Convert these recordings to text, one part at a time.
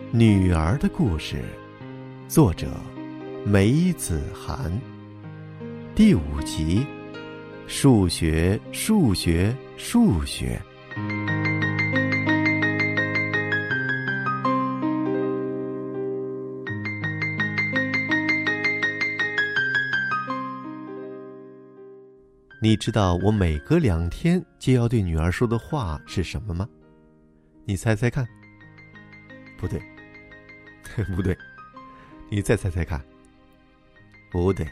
女儿的故事，作者梅子涵。第5集，数学。你知道我每隔2天就要对女儿说的话是什么吗？你猜猜看。不对，不对，你再猜猜看。不对，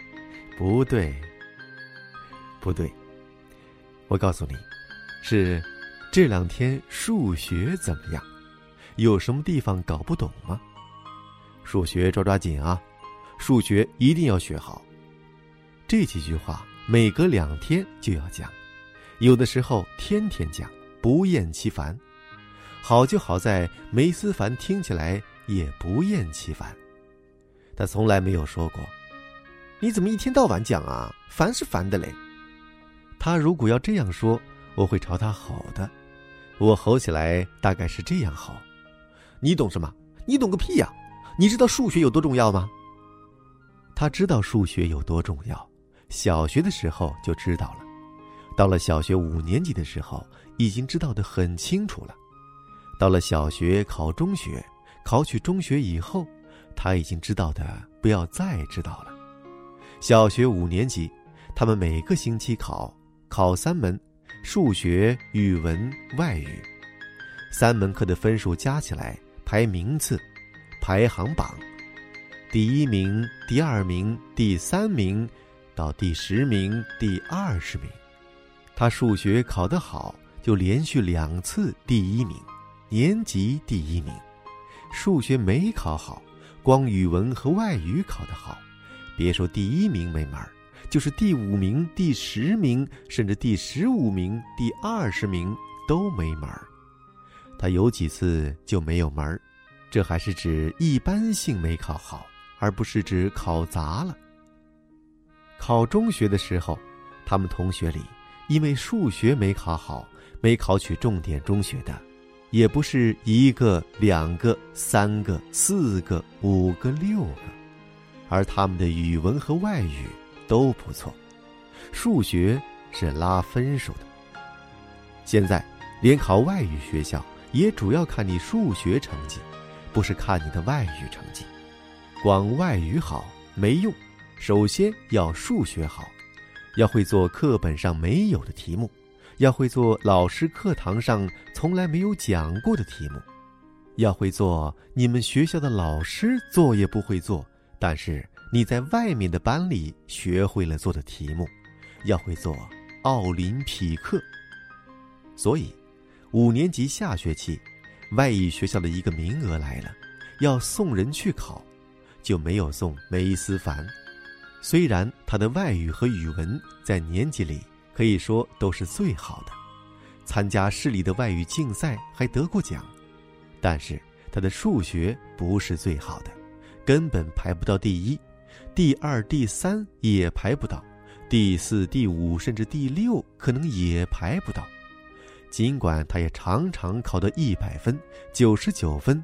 我告诉你，是这2天数学怎么样？有什么地方搞不懂吗？数学抓紧啊，数学一定要学好。这几句话每隔2天就要讲，有的时候天天讲，不厌其烦。好就好在梅思凡听起来也不厌其烦。他从来没有说过，你怎么一天到晚讲啊，烦是烦的嘞。他如果要这样说，我会朝他吼的。我吼起来大概是这样吼：你懂什么？你懂个屁呀！你知道数学有多重要吗？他知道数学有多重要，小学的时候就知道了。到了小学5年级的时候，已经知道得很清楚了。到了小学考中学，考取中学以后，他已经知道的不要再知道了。小学5年级，他们每个星期考3门，数学、语文、外语。3门课的分数加起来排名次，排行榜，第1名、第2名、第3名，到第10名、第20名。他数学考得好，就连续2次第1名，年级第1名。数学没考好，光语文和外语考得好，别说第1名没门，就是第5名、第10名，甚至第15名、第20名都没门。他有几次就没有门，这还是指一般性没考好，而不是指考砸了。考中学的时候，他们同学里因为数学没考好，没考取重点中学的，也不是1个、2个、3个、4个、5个、6个，而他们的语文和外语都不错，数学是拉分数的。现在连考外语学校也主要看你数学成绩，不是看你的外语成绩。光外语好没用，首先要数学好，要会做课本上没有的题目，要会做老师课堂上从来没有讲过的题目，要会做你们学校的老师做也不会做，但是你在外面的班里学会了做的题目，要会做奥林匹克。所以5年级下学期，外语学校的一个名额来了，要送人去考，就没有送梅思凡。虽然他的外语和语文在年级里可以说都是最好的，参加市里的外语竞赛还得过奖，但是他的数学不是最好的，根本排不到第1，第2、第3也排不到，第4、第5甚至第6可能也排不到。尽管他也常常考得100分、99分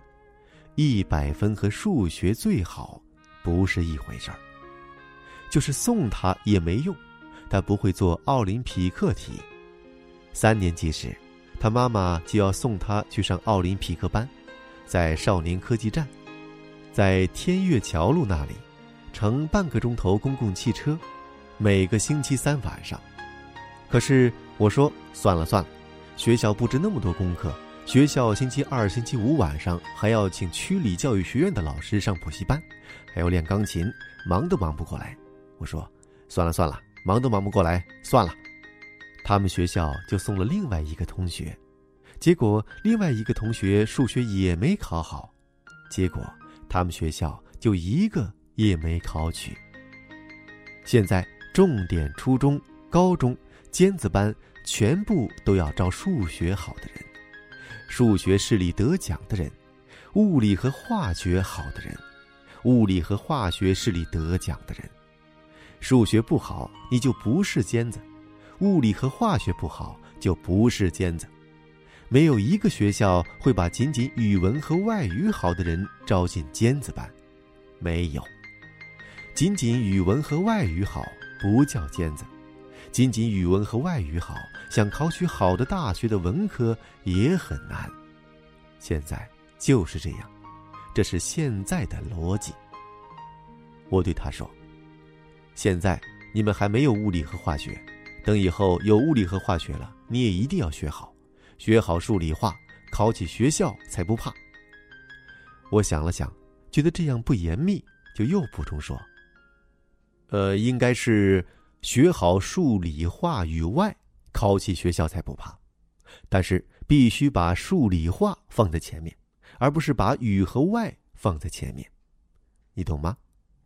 ，100分和数学最好不是一回事儿。就是送他也没用，他不会做奥林匹克题。3年级时，他妈妈就要送他去上奥林匹克班，在少年科技站，在天悦桥路那里，乘半个钟头公共汽车，每个星期3晚上。可是我说算了，学校布置那么多功课，学校星期2、星期5晚上还要请区里教育学院的老师上补习班，还要练钢琴，忙都忙不过来。我说算了，忙都忙不过来，算了。他们学校就送了另外一个同学，结果另外一个同学数学也没考好，结果他们学校就1个也没考取。现在重点初中、高中、尖子班全部都要招数学好的人，数学市里得奖的人，物理和化学好的人，物理和化学市里得奖的人。数学不好你就不是尖子，物理和化学不好就不是尖子。 没有一个学校会把仅仅语文和外语好的人招进尖子班，没有。仅仅语文和外语好不叫尖子，仅仅语文和外语好，想考取好的大学的文科也很难。现在就是这样，这是现在的逻辑。我对他说，现在你们还没有物理和化学，等以后有物理和化学了，你也一定要学好，学好数理化，考起学校才不怕。我想了想，觉得这样不严密，就又补充说，应该是学好数理化语外，考起学校才不怕。但是必须把数理化放在前面，而不是把语和外放在前面，你懂吗？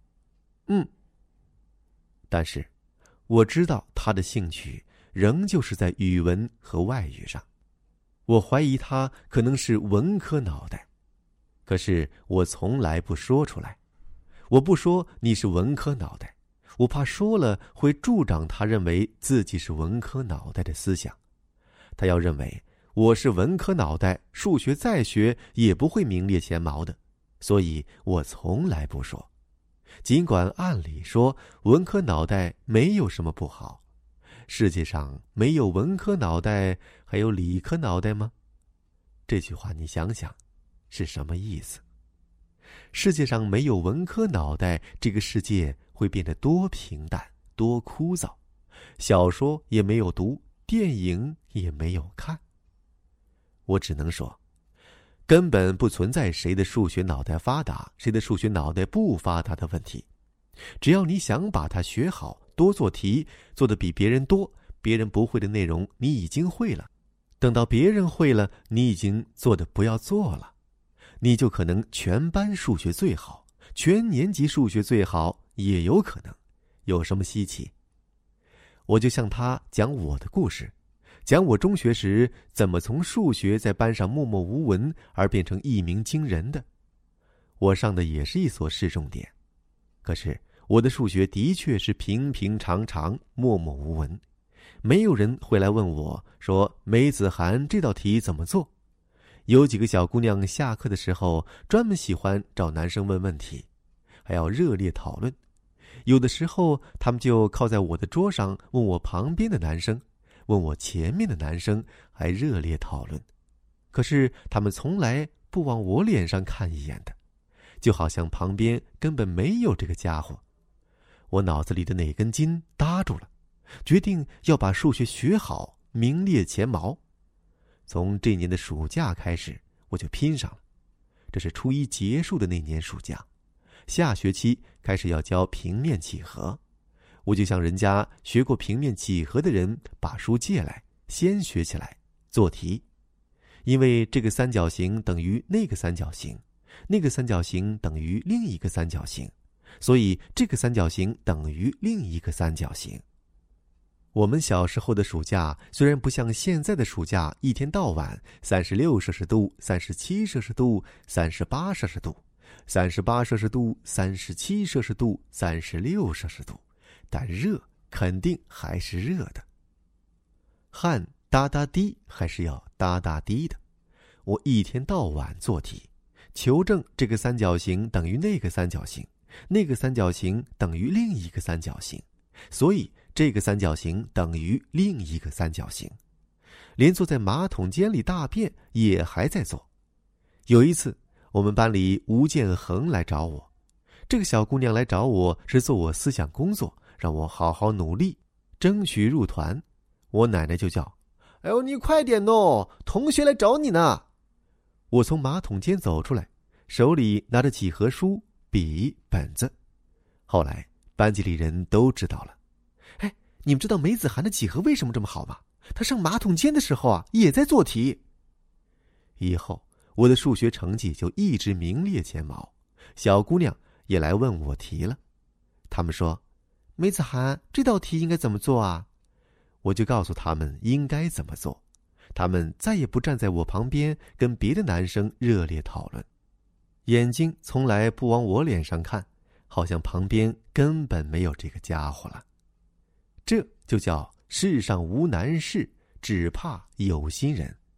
但是我知道他的兴趣仍旧是在语文和外语上，我怀疑他可能是文科脑袋，可是我从来不说出来。我不说你是文科脑袋，我怕说了会助长他认为自己是文科脑袋的思想。他要认为我是文科脑袋，数学再学也不会名列前茅的，所以我从来不说。尽管按理说文科脑袋没有什么不好，世界上没有文科脑袋还有理科脑袋吗？这句话你想想是什么意思？世界上没有文科脑袋，这个世界会变得多平淡多枯燥，小说也没有读，电影也没有看。我只能说，根本不存在谁的数学脑袋发达，谁的数学脑袋不发达的问题。只要你想把它学好，多做题，做得比别人多，别人不会的内容你已经会了，等到别人会了，你已经做得不要做了，你就可能全班数学最好，全年级数学最好，也有可能，有什么稀奇？我就向他讲我的故事，讲我中学时怎么从数学在班上默默无闻而变成一鸣惊人的。我上的也是一所市重点，可是我的数学的确是平平常常，默默无闻，没有人会来问我说梅子涵这道题怎么做。有几个小姑娘下课的时候专门喜欢找男生问问题，还要热烈讨论。有的时候他们就靠在我的桌上问我旁边的男生，问我前面的男生，还热烈讨论。可是他们从来不往我脸上看一眼的，就好像旁边根本没有这个家伙。我脑子里的哪根筋搭住了，决定要把数学学好，名列前茅。从这年的暑假开始，我就拼上了。这是初一结束的那年暑假，下学期开始要教平面几何，我就向人家学过平面几何的人把书借来，先学起来做题。因为这个三角形等于那个三角形，那个三角形等于另一个三角形，所以这个三角形等于另一个三角形。我们小时候的暑假虽然不像现在的暑假一天到晚36摄氏度、37摄氏度、38摄氏度、38摄氏度、37摄氏度、36摄氏度，但热肯定还是热的。汗哒哒滴还是要哒哒滴的。我一天到晚做题，求证这个三角形等于那个三角形，那个三角形等于另一个三角形，所以这个三角形等于另一个三角形。连坐在马桶间里大便也还在做。有一次我们班里吴建衡来找我，这个小姑娘来找我是做我思想工作，让我好好努力争取入团。我奶奶就叫，哎呦，你快点哦，同学来找你呢。我从马桶间走出来，手里拿着几何书、笔、本子。后来班级里人都知道了。哎，你们知道梅子涵的几何为什么这么好吗？她上马桶间的时候也在做题。以后我的数学成绩就一直名列前茅，小姑娘也来问我题了。他们说，梅子涵这道题应该怎么做啊？我就告诉他们应该怎么做，他们再也不站在我旁边跟别的男生热烈讨论，眼睛从来不往我脸上看，好像旁边根本没有这个家伙了。这就叫世上无难事，只怕有心人。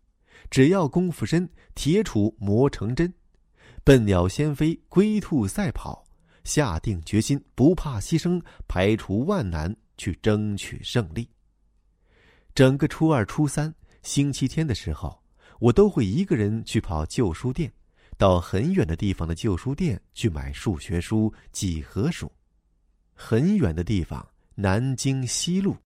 只要功夫深，铁杵磨成针。笨鸟先飞，龟兔赛跑，下定决心，不怕牺牲，排除万难，去争取胜利。整个初二、初三、星期天的时候，我都会一个人去跑旧书店，到很远的地方的旧书店去买数学书、几何书。很远的地方，南京西路。